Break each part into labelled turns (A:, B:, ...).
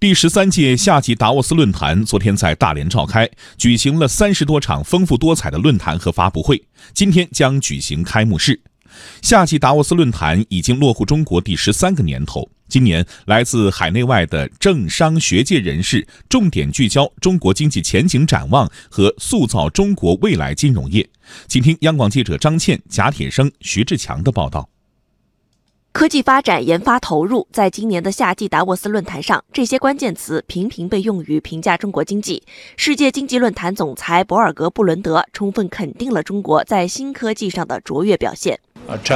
A: 第13届夏季达沃斯论坛昨天在大连召开，举行了30多场丰富多彩的论坛和发布会，今天将举行开幕式。夏季达沃斯论坛已经落户中国第13个年头，今年来自海内外的政商学界人士重点聚焦中国经济前景展望和塑造中国未来金融业。请听央广记者张倩、贾铁生、徐志强的报道。
B: 科技发展、研发投入，在今年的夏季达沃斯论坛上，这些关键词频频被用于评价中国经济。世界经济论坛总裁博尔格·布伦德充分肯定了中国在新科技上的卓越表现。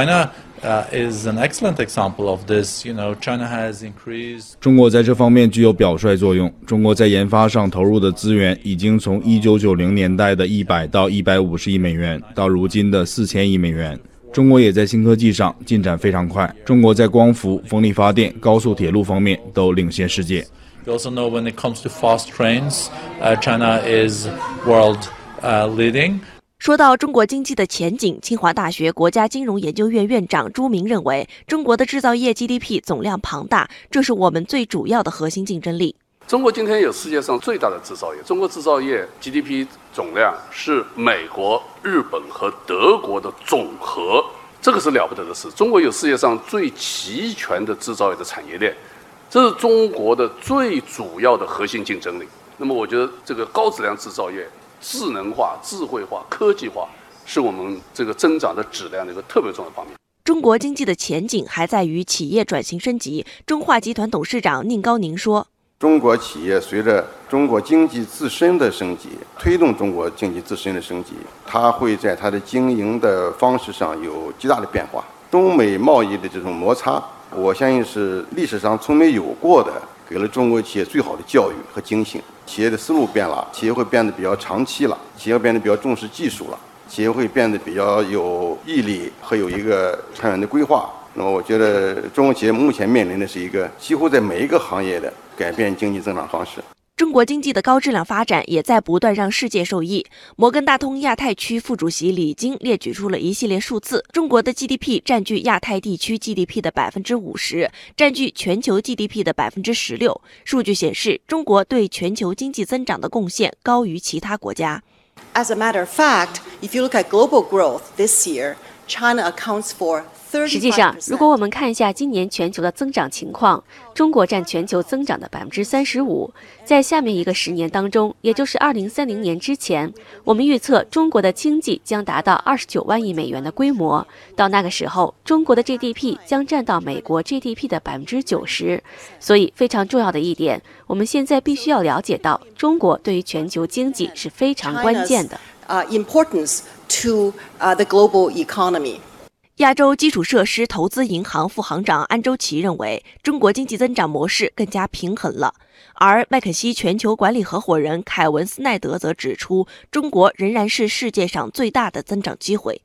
C: 中国在这方面具有表率作用。中国在研发上投入的资源已经从1990年代的100到150亿美元，到如今的4000亿美元。中国也在新科技上进展非常快。中国在光伏、风力发电、高速铁路方面都领先世界。
D: We also know when it comes to fast trains, China is world leading.
B: 说到中国经济的前景，清华大学国家金融研究院院长朱明认为，中国的制造业 GDP 总量庞大，这是我们最主要的核心竞争力。
E: 中国今天有世界上最大的制造业，中国制造业 GDP 总量是美国、日本和德国的总和，这个是了不得的事。中国有世界上最齐全的制造业的产业链，这是中国的最主要的核心竞争力。那么我觉得这个高质量制造业、智能化、智慧化、科技化是我们这个增长的质量的一个特别重要的方面。
B: 中国经济的前景还在于企业转型升级。中化集团董事长宁高宁说，
F: 中国企业随着中国经济自身的升级，推动中国经济自身的升级，它会在它的经营的方式上有极大的变化。中美贸易的这种摩擦，我相信是历史上从没有过的，给了中国企业最好的教育和警醒。企业的思路变了，企业会变得比较长期了，企业变得比较重视技术了，企业会变得比较有毅力和有一个长远的规划。那么我觉得中国企业目前面临的是一个几乎在每一个行业的改变经济增长方式。
B: 中国经济的高质量发展也在不断让世界受益。摩根大通亚太区副主席李金列举出了一系列数字，中国的 GDP 占据亚太地区 GDP 的50%，占据全球 GDP 的16%。数据显示，中国对全球经济增长的贡献高于其他国家。
G: As a matter of fact, if you look at global growth this year, China accounts for
H: 实际上，如果我们看一下今年全球的增长情况，中国占全球增长的35%。在下面一个10年当中，也就是2030年之前，我们预测中国的经济将达到29万亿美元的规模。到那个时候，中国的 GDP 将占到美国 GDP 的90%。所以，非常重要的一点，我们现在必须要了解到，中国对于全球经济是非常关键的。
G: Importance to the global economy。
B: 亚洲基础设施投资银行副行长安周琦认为，中国经济增长模式更加平衡了。而麦肯锡全球管理合伙人凯文斯奈德则指出，中国仍然是世界上最大的增长机会。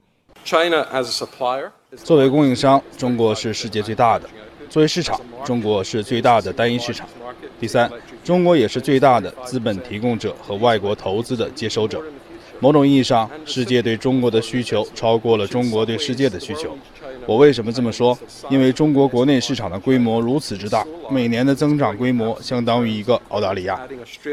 C: 作为供应商，中国是世界最大的；作为市场，中国是最大的单一市场。第三，中国也是最大的资本提供者和外国投资的接收者。某种意义上，世界对中国的需求超过了中国对世界的需求。我为什么这么说？因为中国国内市场的规模如此之大，每年的增长规模相当于一个澳大利亚。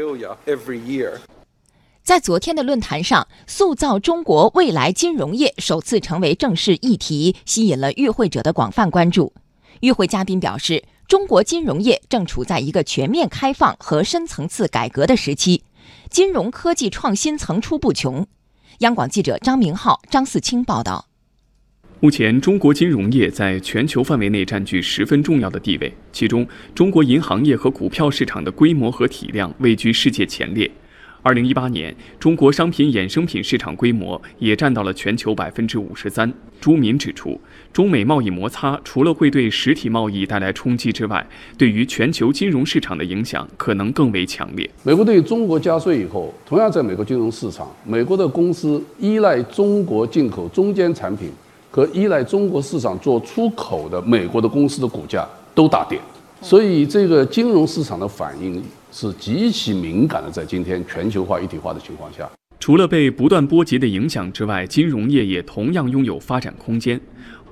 I: 在昨天的论坛上，塑造中国未来金融业首次成为正式议题，吸引了与会者的广泛关注。与会嘉宾表示，中国金融业正处在一个全面开放和深层次改革的时期，金融科技创新层出不穷。央广记者张明浩、张四清报道。
J: 目前，中国金融业在全球范围内占据十分重要的地位，其中，中国银行业和股票市场的规模和体量位居世界前列。2018年，中国商品衍生品市场规模也占到了全球53%。朱敏指出，中美贸易摩擦除了会对实体贸易带来冲击之外，对于全球金融市场的影响可能更为强烈。
E: 美国对中国加税以后，同样在美国金融市场，美国的公司依赖中国进口中间产品和依赖中国市场做出口的美国的公司的股价都大跌，所以这个金融市场的反应是极其敏感的，在今天全球化一体化的情况下。
J: 除了被不断波及的影响之外，金融业也同样拥有发展空间。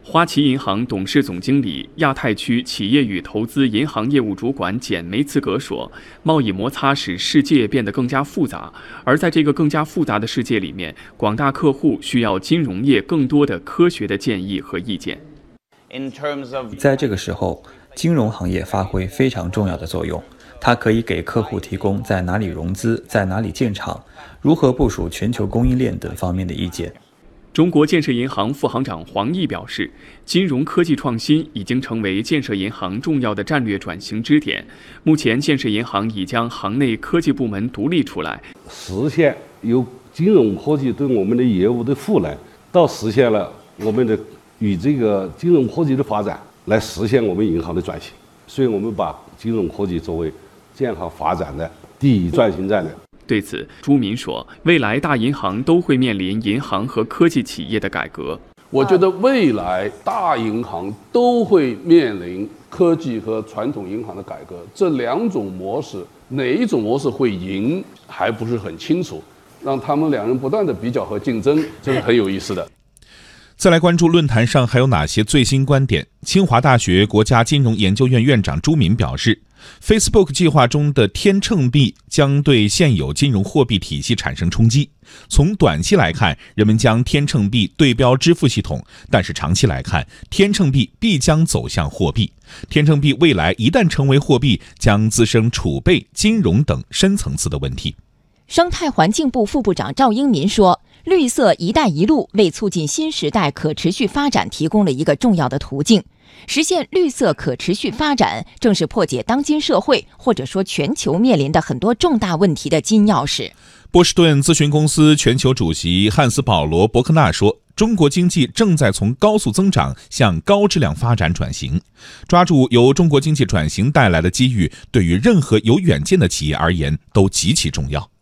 J: 花旗银行董事总经理、亚太区企业与投资银行业务主管简梅茨格说：“贸易摩擦使世界变得更加复杂，而在这个更加复杂的世界里面，广大客户需要金融业更多的科学的建议和意见。
K: 在这个时候，金融行业发挥非常重要的作用。它可以给客户提供在哪里融资、在哪里建厂、如何部署全球供应链等方面的意见。”
J: 中国建设银行副行长黄毅表示，金融科技创新已经成为建设银行重要的战略转型支点。目前，建设银行已将行内科技部门独立出来，
L: 实现由金融科技对我们的业务的赋能，到实现了我们的与这个金融科技的发展，来实现我们银行的转型。所以我们把金融科技作为健康发展的第一转型战略。
J: 对此，朱民说，未来大银行都会面临银行和科技企业的改革。
E: 我觉得未来大银行都会面临科技和传统银行的改革，这两种模式哪一种模式会赢还不是很清楚，让他们两人不断的比较和竞争，这是很有意思的。
A: 再来关注论坛上还有哪些最新观点。清华大学国家金融研究院院长朱民表示， Facebook 计划中的天秤币将对现有金融货币体系产生冲击。从短期来看，人们将天秤币对标支付系统，但是长期来看，天秤币必将走向货币。天秤币未来一旦成为货币，将滋生储备、金融等深层次的问题。
I: 生态环境部副部长赵英民说，绿色“一带一路”为促进新时代可持续发展提供了一个重要的途径。实现绿色可持续发展，正是破解当今社会或者说全球面临的很多重大问题的金钥匙。
A: 波士顿咨询公司全球主席汉斯·保罗·伯克纳说，中国经济正在从高速增长向高质量发展转型。抓住由中国经济转型带来的机遇，对于任何有远见的企业而言都极其重要。